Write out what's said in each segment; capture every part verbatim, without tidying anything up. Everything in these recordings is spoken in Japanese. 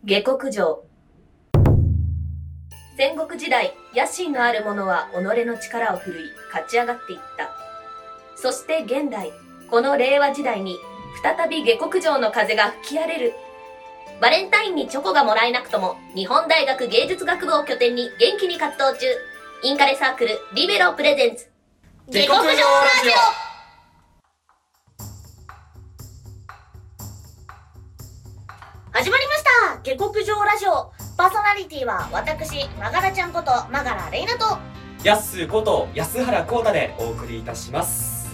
下克上。戦国時代、野心のある者は己の力を振るい、勝ち上がっていった。そして現代、この令和時代に、再び下克上の風が吹き荒れる。バレンタインにチョコがもらえなくとも、日本大学芸術学部を拠点に元気に活動中。インカレサークル、リベロプレゼンツ。下克上ラジオ始まりました。下克上ラジオ。パーソナリティは私、マガラちゃんことマガラレイナとやっすーこと安原浩太でお送りいたします。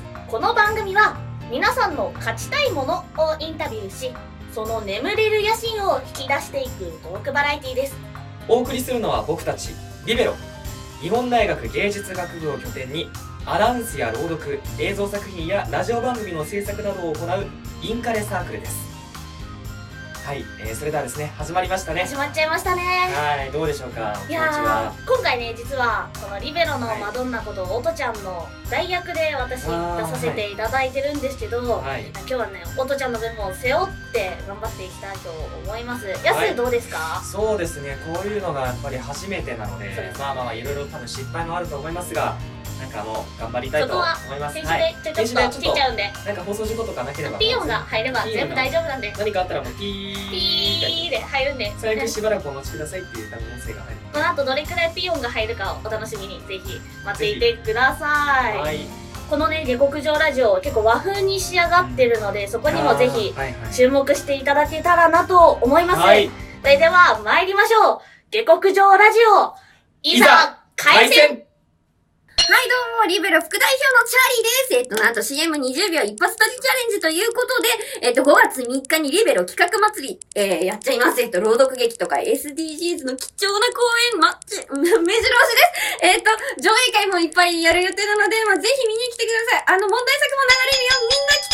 この番組は皆さんの勝ちたいものをインタビューし、その眠れる野心を引き出していくトークバラエティです。 お送りするのは僕たちリベロ、日本大学芸術学部を拠点にアナウンスや朗読、映像作品やラジオ番組の制作などを行うインカレサークルです。はい、えー、それではですね、始まりましたね。 始まっちゃいましたね。 はい、どうでしょうか。 いやー、今回ね、実はこのリベロのマドンナことオトちゃんの代役で私出させていただいてるんですけど、はい、今日はね、オトちゃんの分も背負って頑張っていきたいと思います。やす、はい、どうですか？ そうですね、こういうのがやっぱり初めてなので、まあまあまあいろいろ多分失敗もあると思いますが、なんかもう頑張りたいと思います。 そこは編集でちょっと切っちゃうんで、 なんか放送事故とかなければ、 ピー音が入れば全部大丈夫なんで、 何かあったらもうピーピーで入るんで、 最悪しばらくお待ちくださいっていう多分音声が入る。 この後どれくらいピー音が入るかをお楽しみに、ぜひ待っていてください。はい、このね、下克上ラジオ結構和風に仕上がってるので、そこにもぜひ注目していただけたらなと思います。はい、それでは参りましょう。下克上ラジオ、いざ開戦。 はいどうも、リベロ副代表のチャーリーです。えっと、なんと シーエムにじゅうびょう一発撮りチャレンジということで、えっと、ごがつみっかにリベロ企画祭り、えー、やっちゃいます。えっと、朗読劇とか エスディージーズ の貴重な公演、ま、ち、目白押しです。えっと、上映会もいっぱいやる予定なので、まあ、ぜひ見に来てください。あの、問題作も流れるよ。みんな来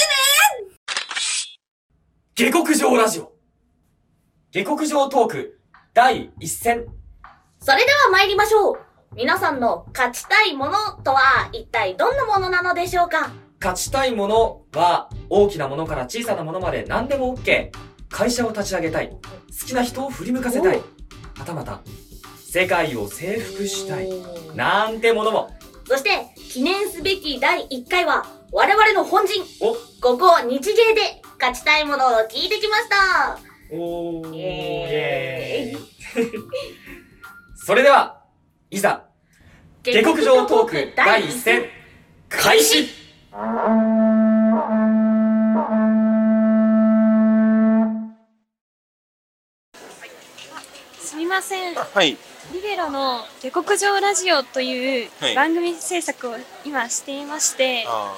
てねー。 下克上ラジオ。下克上トーク、第一戦。 それでは参りましょう。皆さんの勝ちたいものとは一体どんなものなのでしょうか？ 勝ちたいものは大きなものから小さなものまで何でも OK。 会社を立ち上げたい、好きな人を振り向かせたい、はたまた世界を征服したいなんてものも。 そして記念すべきだいいっかいは我々の本陣、ここ日芸で勝ちたいものを聞いてきました。 おー、イエーイそれではいざ下克上トークだいいっ戦開始。 すみません、 はい、 リベロの下克上ラジオという番組制作を今していまして、はい、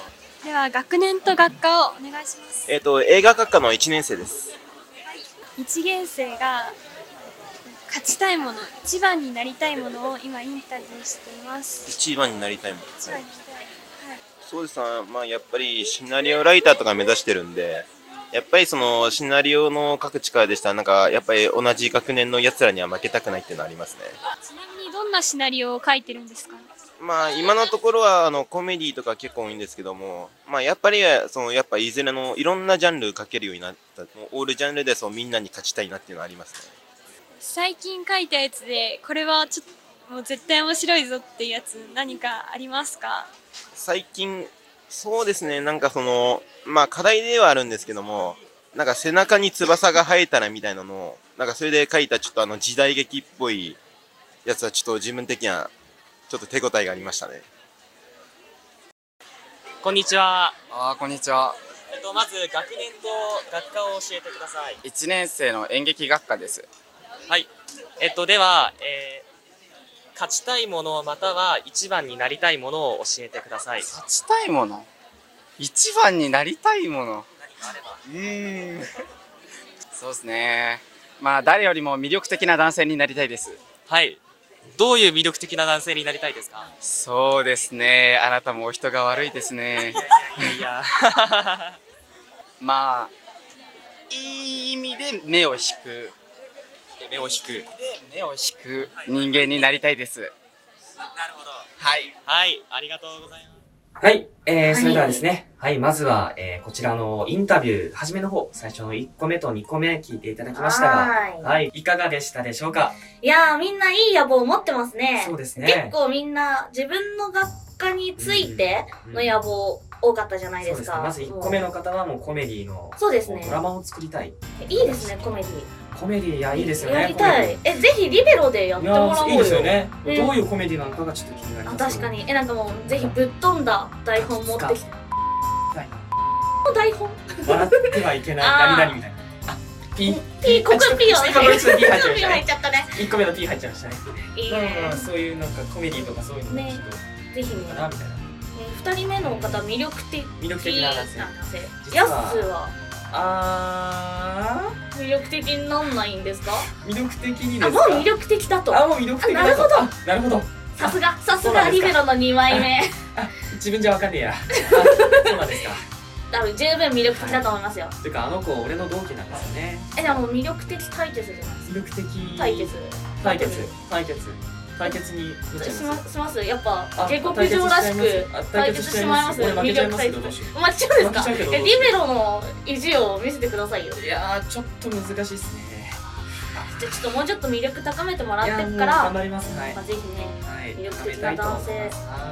では学年と学科をお願いします。 えっと映画学科のいちねん生です。 いちねん生が勝ちたいもの、一番になりたいものを今インタビューしています。 一番になりたいもの。 一番になりたい。はい。 そうですね。まあやっぱりシナリオライターとか目指してるんで、やっぱりそのシナリオの書く力でしたらなんかやっぱり同じ学年の奴らには負けたくないっていうのはありますね。 ちなみにどんなシナリオを書いてるんですか？ まあ今のところはあのコメディとか結構多いんですけども、まあやっぱりそのやっぱいずれのいろんなジャンル書けるようになった、もうオールジャンルでそうみんなに勝ちたいなっていうのはありますね。 最近書いたやつでこれはちょっともう絶対面白いぞっていうやつ何かありますか？ 最近そうですね、なんかそのまあ課題ではあるんですけども、なんか背中に翼が生えたらみたいなのをなんかそれで書いたちょっとあの時代劇っぽいやつはちょっと自分的にはちょっと手応えがありましたね。 こんにちは。 あーこんにちは。 えっとまず学年と学科を教えてください。 いちねん生の演劇学科です。 はい。えっとでは、えー、勝ちたいものまたは一番になりたいものを教えてください。 勝ちたいもの、一番になりたいもの、うーんそうですね。まあ誰よりも魅力的な男性になりたいです。 はい。どういう魅力的な男性になりたいですか？ そうですね。あなたもお人が悪いですね。 いやいやまあいい意味で目を引く。 目を引く。 目を引く人間になりたいです。 なるほど。 はい。 はい、ありがとうございます。 はい、えー、 はいそれではですね、はい、まずは、えー、こちらのインタビュー、初めの方、最初のいっこめとにこめ聞いていただきましたが、 はいはい、いかがでしたでしょうか？ いやー、みんないい野望を持ってますね。 そうです結ね。 構みんな自分の学科についての野望多かったじゃないですか。 そうですね。まずいっこめの方はもうコメディの、 そうですねドラマを作りたい。 いいですね、コメディ。 コメディ、いや、いいですよね。 やりたい。え、ぜひリベロでやってもらおうよ。 いや、いいですよね。 ねどういうコメディなのかがちょっと気になりあ、 ます。 確かに。え、なんかもう、ぜひぶっ飛んだ台本持ってきて。 はい台本笑ってはいけない、 あー何々みたいな。あ、ピー、 ピー、ここピーをちょっとここちょっとピー入っちゃいましたピー入ねっちゃったね。 いっこめの P 入っちゃいましたね。 いいまあまあまあね。 そういうなんかコメディとかそういうのもねちょっとぜひねいいかなみたいな。 二人目の方、魅力的魅力的な男性。 男性。 実はヤッスーはあ魅力的になんないんですか？ ー、魅力的にであ、 すか？ もう魅力的だと。 あ、もう魅力的だと。 あなるほどあなるほど。 さすが、さすそうなんですかがリベロのにまいめ。 自分じゃわかんねえや。あそうなんですか。 多分十分魅力的だと思いますよ。 ていうかあの子俺の同期なんですよね。 え、でも魅力的対決じゃないです魅力的。 か。対決。 対決。対決。対決になっちゃいしまます。 します。やっぱあ下克上らしくあ対決してしまいます。 俺負けちゃいますけど魅力どうしよ対決。まあ、ちゃうんですか？ 負けちゃうけどえ、リベロの意地を見せてくださいよ。 う。いやーちょっと難しいですね。 じゃあちょっともうちょっと魅力高めてもらっていやーもうっから、 頑張ります。はいまあ、ぜひね、 はい。 魅力的な男性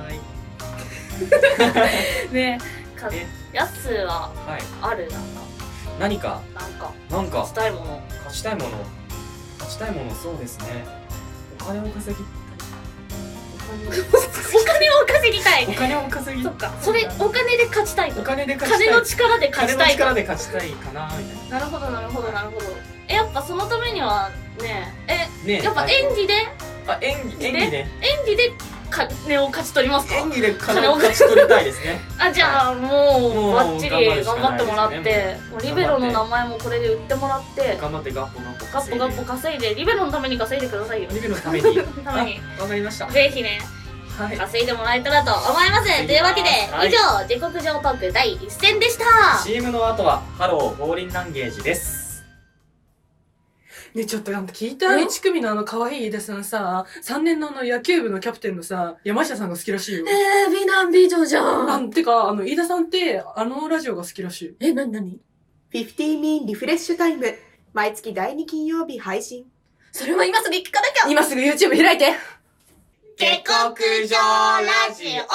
はい。 ね、かえやっすーははい。 あるなんか、 何かなんか、 なんかしたいもの。 勝ちたいもの勝ちたいものそうですね。お金を稼ぎお金を稼ぎたいお。金を稼ぎそっか、それお金で勝ちたいと。 お金で勝ちたい金の力で勝ちたいと。 金の力で勝ちたいかなみたいなるほどなるほどなるほど。え、やっぱそのためにはね、え、 なねやっぱ演技であ演技演技で演技で金を勝ち取りますか？ 演技で金を勝ち取りたいですね。 あ、じゃあももううバッチリ頑張頑張るしってもらってかないですね、 もうリベロの名前もこれで売ってもらって、 頑張ってガッポガッポガッポガッポ稼いで、リベロのために稼いでくださいよ。 リベのためにためにあわかりました。 ぜひね、 はい。 稼いでもらえたらと思います。というわけで、 はい以上、下克上トーク第一戦でした。 シーエム の後はハローフォーリンランゲージです。 ね、ちょっとあんた聞いた？いち組のあの可愛い飯田さんさ、さんねんのあの野球部のキャプテンのさ、山下さんが好きらしいよ。 えー、美男美女じゃあ、 ん。 てか、あの、飯田さんって、あのラジオが好きらしい。 え、なになに？ フィフティーミンリフレッシュタイム。毎月だいに金曜日配信。 それは今すぐ聞かなきゃ。 今すぐ YouTube 開いて。 下克上ラジオ。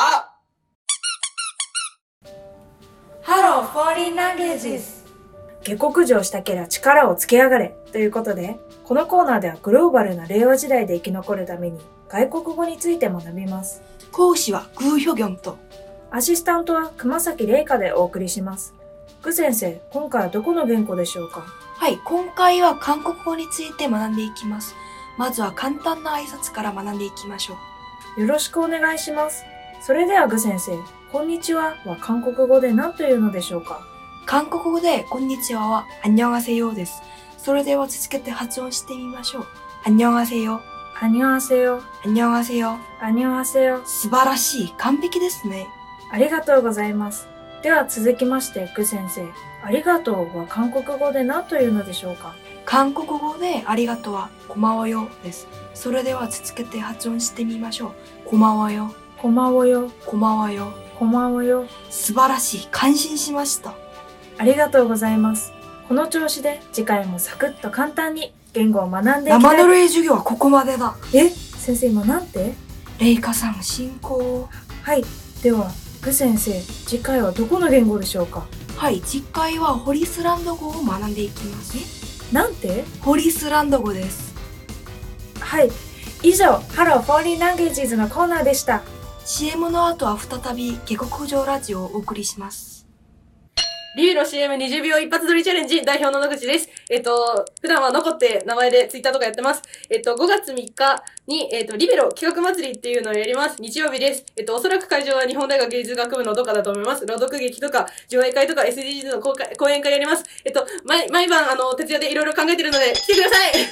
ハローフォーリンランゲージズ。下克上したけりゃ力をつけやがれということで、このコーナーではグローバルな令和時代で生き残るために外国語について学びます。 講師はグーヒョギョンと。 アシスタントは熊崎玲香でお送りします。具先生、今回はどこの言語でしょうか？ はい、今回は韓国語について学んでいきます。まずは簡単な挨拶から学んでいきましょう。 よろしくお願いします。それでは具先生、こんにちはは韓国語で何というのでしょうか？ 韓国語でこんにちはは안녕하세요です。それでは続けて発音してみましょう。안녕하세요。 안녕하세요。 안녕하세요。 안녕하세요。 素晴らしい。完璧ですね。 ありがとうございます。では続きまして、具先生、ありがとうは韓国語で何というのでしょうか？ 韓国語でありがとうは고마워요です。それでは続けて発音してみましょう。고마워요。 고마워요。 고마워요。 고마워요。 素晴らしい。感心しました。 ありがとうございます。この調子で次回もサクッと簡単に言語を学んでいきたい。 生ぬるい授業はここまでだ。 え、先生今なんて？ レイカさん進行。 はい。では、具先生、次回はどこの言語でしょうか？ はい、次回はホリスランド語を学んでいきます。 え、なんて？ ホリスランド語です。 はい。以上、ハローフォーリンランゲージズのコーナーでした。 シーエム の後は再び下克上ラジオをお送りします。 リベロ シーエムにじゅう 秒一発撮りチャレンジ代表の野口です。えっと、普段は残って名前でツイッターとかやってます。えっと、ごがつみっかに、えっと、リベロ企画祭りっていうのをやります。日曜日です。えっと、おそらく会場は日本大学芸術学部のどっかだと思います。朗読劇とか、上映会とか エスディージーズ の公開講演会やります。えっと、毎、毎晩、あの、徹夜でいろいろ考えてるので、来てください。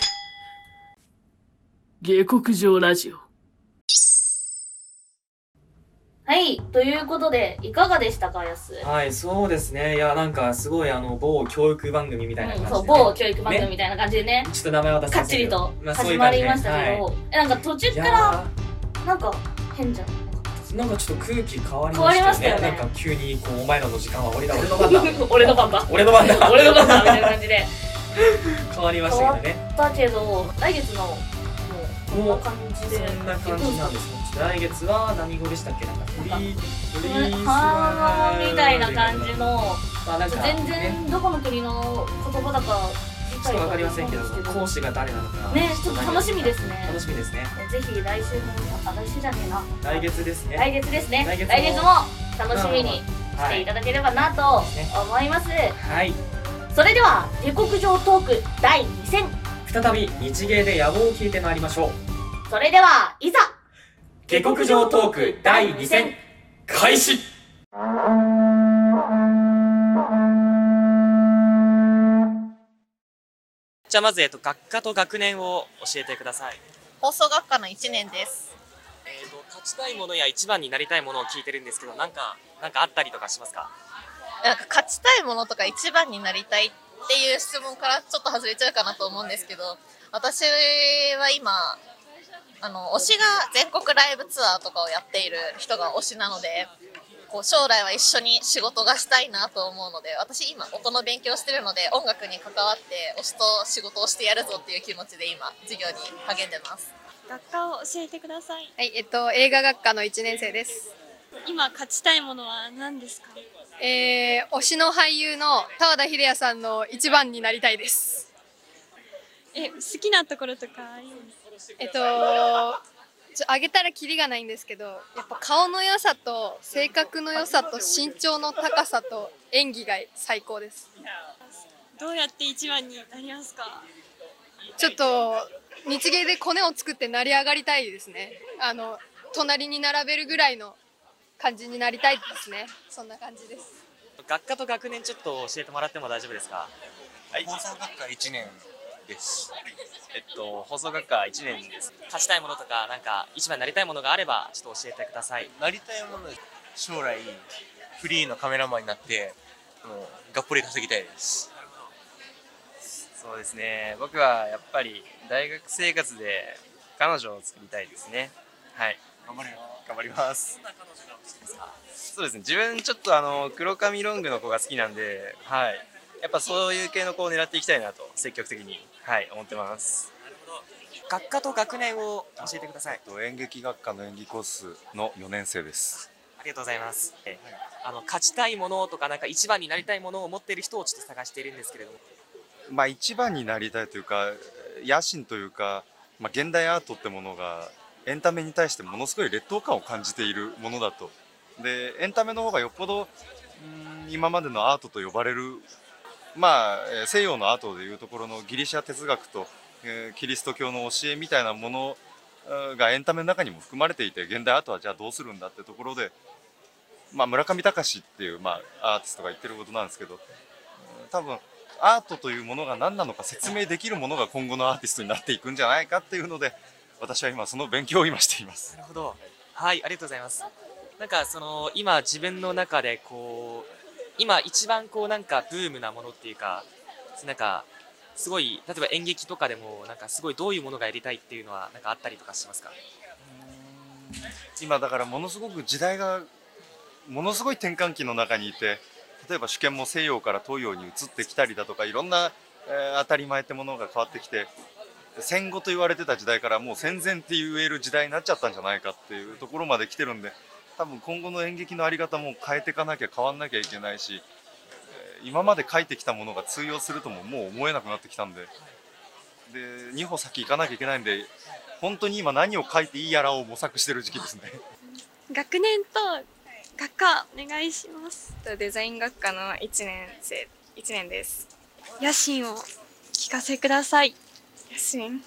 下克上ラジオ。 はい、ということで、いかがでしたか、やす？ はい、そうですね。いや、なんかすごいあの某教育番組みたいな感じで、ね、 うん、そう、某教育番組みたいな感じでね、 ちょっと名前は出せかっちりとまあ、そうい始まう感じでりましたけど、 はい、 え、なんか途中から、なんか変じゃん。なんかなんかちょっと空気変わり変わりましたよね。 ましたよねなんか急にこうお前らの時間は俺だ俺の番だ俺の番だ俺の番だ俺の番だみたいな感じで変わりましたけどね。 だけど来月のもうこんな感じでそんな感じなんですね。ちょっと来月は何語でしたっけ？なんかフリーフリースはーみたいな感じのまあなんか全ね然どこの国の言葉だか理ちょっと解がわかりませんけどわかんないです講師が誰なのかねちょっと楽しみですね。 楽しみですね。 ぜひ来週もあ来週じゃねえな来月ですね。 来月ですね来月も来月も楽しみにしていただければなと思います。 はい。 それでは下克上トークだいに戦、 再び日芸で野望を聞いてまいりましょう。 それではいざ下克上トークだいに戦開始。 じゃあまず、えっと、学科と学年を教えてください。 放送学科のいちねんです。 えっと、勝ちたいものや一番になりたいものを聞いてるんですけど、なんか、なんかあったりとかしますか？ なんか勝ちたいものとか一番になりたいっていう質問からちょっと外れちゃうかなと思うんですけど、私は今あの推しが全国ライブツアーとかをやっている人が推しなので、こう将来は一緒に仕事がしたいなと思うので、私今音の勉強してるので音楽に関わって推しと仕事をしてやるぞっていう気持ちで今授業に励んでます。 学科を教えてください。 はい、えっと映画学科のいちねん生です。 今勝ちたいものは何ですか？ えー、推しの俳優の田和田秀也さんの一番になりたいです。 え、好きなところとかあります？ えっとちょ上げたらキリがないんですけど、やっぱ顔の良さと性格の良さと身長の高さと演技が最高です。 どうやって一番になりますか？ ちょっと日芸でコネを作って成り上がりたいですね。あの隣に並べるぐらいの感じになりたいですね。そんな感じです。 学科と学年ちょっと教えてもらっても大丈夫ですか？ はい、放送学科いちねんです。えっと放送学科いちねんです。 勝ちたいものとかなんか一番になりたいものがあればちょっと教えてください。 なりたいもの、将来フリーのカメラマンになってもうがっぽり稼ぎたいです。 そうですね、僕はやっぱり大学生活で彼女を作りたいですね。はい、 頑張るよ。 頑張ります。 どんな彼女が欲しいですか？ そうですね、自分ちょっとあの黒髪ロングの子が好きなんで、はい、やっぱそういう系の子を狙っていきたいなと積極的に、はい、思ってます。 なるほど。学科と学年を教えてください。 演劇学科の演技コースのよねん生です。 ありがとうございます。えあの勝ちたいものとかなんか一番になりたいものを持っている人をちょっと探しているんですけれども。 まあ一番になりたいというか野心というか、まあ、現代アートってものがエンタメに対してものすごい劣等感を感じているものだと。でエンタメの方がよっぽどうん今までのアートと呼ばれる、まあ西洋のアートでいうところのギリシャ哲学と、えー、キリスト教の教えみたいなものがエンタメの中にも含まれていて、現代アートはじゃあどうするんだってところで、まあ、村上隆っていう、まあ、アーティストが言ってることなんですけど、多分アートというものが何なのか説明できるものが今後のアーティストになっていくんじゃないかっていうので、私は今その勉強を今しています。 なるほど。はい、ありがとうございます。なんかその今自分の中でこう今一番こうなんかブームなものっていうか、なんかすごい例えば演劇とかでもなんかすごいどういうものがやりたいっていうのはなんかあったりとかしますか？ 今だからものすごく時代がものすごい転換期の中にいて、例えば主権も西洋から東洋に移ってきたりだとか、いろんな、えー、当たり前ってものが変わってきて、戦後と言われてた時代からもう戦前って言える時代になっちゃったんじゃないかっていうところまで来てるんで、多分今後の演劇の在り方も変えていかなきゃ変わんなきゃいけないし、えー、今まで書いてきたものが通用するとももう思えなくなってきたんで、でに歩先行かなきゃいけないんで、本当に今何を書いていいやらを模索してる時期ですね。 学年と学科お願いします。 デザイン学科のいちねん生いちねんです。 野心を聞かせください。 野心、うん、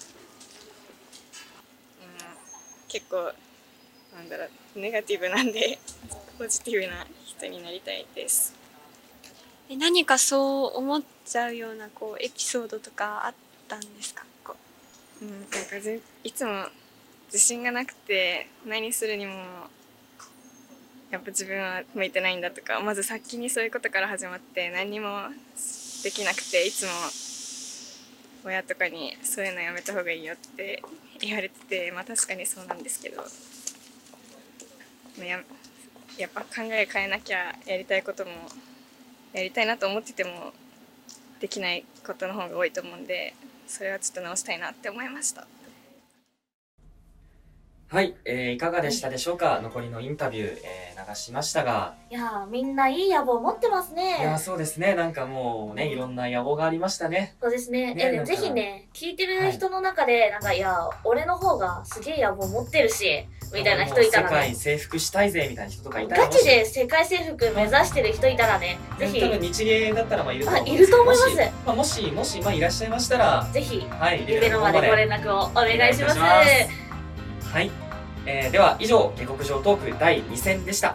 結構なんだろうネガティブなんでポジティブな人になりたいです。 え何かそう思っちゃうようなこうエピソードとかあったんですか？こう、うん、なんかぜいつも自信がなくて何するにもやっぱ自分は向いてないんだとか、まず先にそういうことから始まって何にもできなくて、いつも親とかにそういうのやめた方がいいよって言われてて、まあ確かにそうなんですけど、 ややっぱ考え変えなきゃやりたいこともやりたいなと思っててもできないことの方が多いと思うんで、それはちょっと直したいなって思いました。 はい、えー、いかがでしたでしょうか。残りのインタビュー、えー、流しましたが、 いやー、みんないい野望持ってますね。 いやー、そうですね。なんかもうね、いろんな野望がありましたね。 そうですね。 ねえ、 なんかぜひね、聞いてる人の中で、なんか、いや、俺の方がすげえ野望持ってるし、みたいな人いたら世界ね、 征服したいぜみたいな人とかいたら、 ガチで世界征服目指してる人いたらね、ぜひ、 多分日芸だったらまあいると思うんあいると思いますもし、まあ、もし、もし、まあいらっしゃいましたら、 ぜひ、 はい、 リベロまでご連絡をお願いします。 はい、えー、では以上、下克上トークだいに戦でした。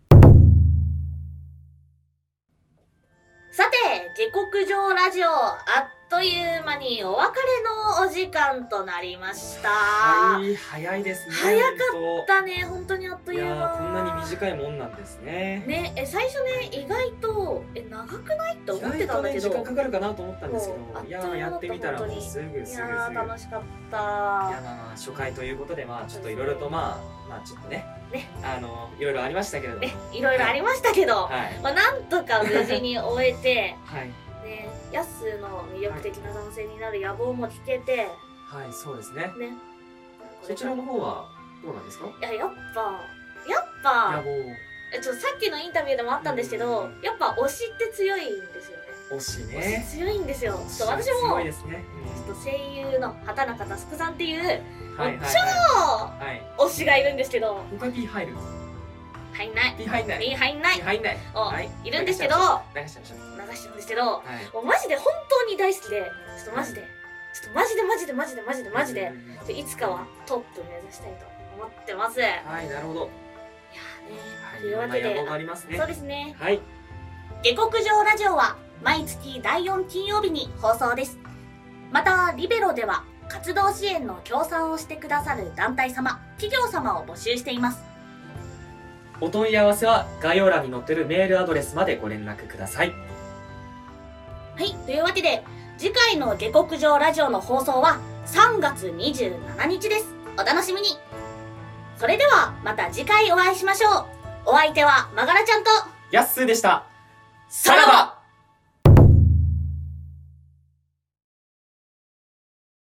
さて、下克上ラジオ、あっという間にお別れのお時間となりました。 はい、早いですね。 早かったね、本当にあっといういやー、こんなに間。 短いもんなんですね。 ね、え、最初ね、意外と、え、長くないって思ってたんだけど。 意外とね、時間かかるかなと思ったんですけそうど、いやー、やってみたらもうすぐすぐすぐ。 いやー、楽しかった。 いやまあまあ初回ということで、まあちょっといろいろとまあまあちょっとねねあのいろいろありましたけれども、 ね、いろいろありましたけど、 はいまあなんとか無事に終えてはいね、ヤッスーの魅力的な男性になる野望も聞けて、 はいそうですね。 ね、 そちらの方はどうなんですか？ いややっぱやっぱ野望えちょっとさっきのインタビューでもあったんですけど、やっぱ推しって強いんですよね。 推し推ね。 し強いんですよ。ちょっと私も強いですね。 ちょっと声優の畑中佑さんっていう、 はいはいもうはい超推しがいるんですけど、 僕は P 入る。 入んない。 P 入んない。 P 入んない。 P 入んない。 おはいいるんですけど、 流しちゃいましょう。 流しちゃうんですけど、 はい。 もうマジで本当に大好きで、ちょっとマジで、ちょっとマジでマジでマジでマジでマジで、ちょいつかはトップ目指したいと思ってます。いやはいなるほど。 ーね、というわけでいろんな野望がありますね。 そうですね。 はい。 下克上ラジオは毎月だいよん金曜日に放送です。また、リベロでは活動支援の協賛をしてくださる団体様、企業様を募集しています。 お問い合わせは概要欄に載ってるメールアドレスまでご連絡ください。 はい、というわけで、次回の下克上ラジオの放送はさんがつにじゅうしちにちです。お楽しみに。それではまた次回お会いしましょう。お相手はまがらちゃんとやっすーでした。さらば。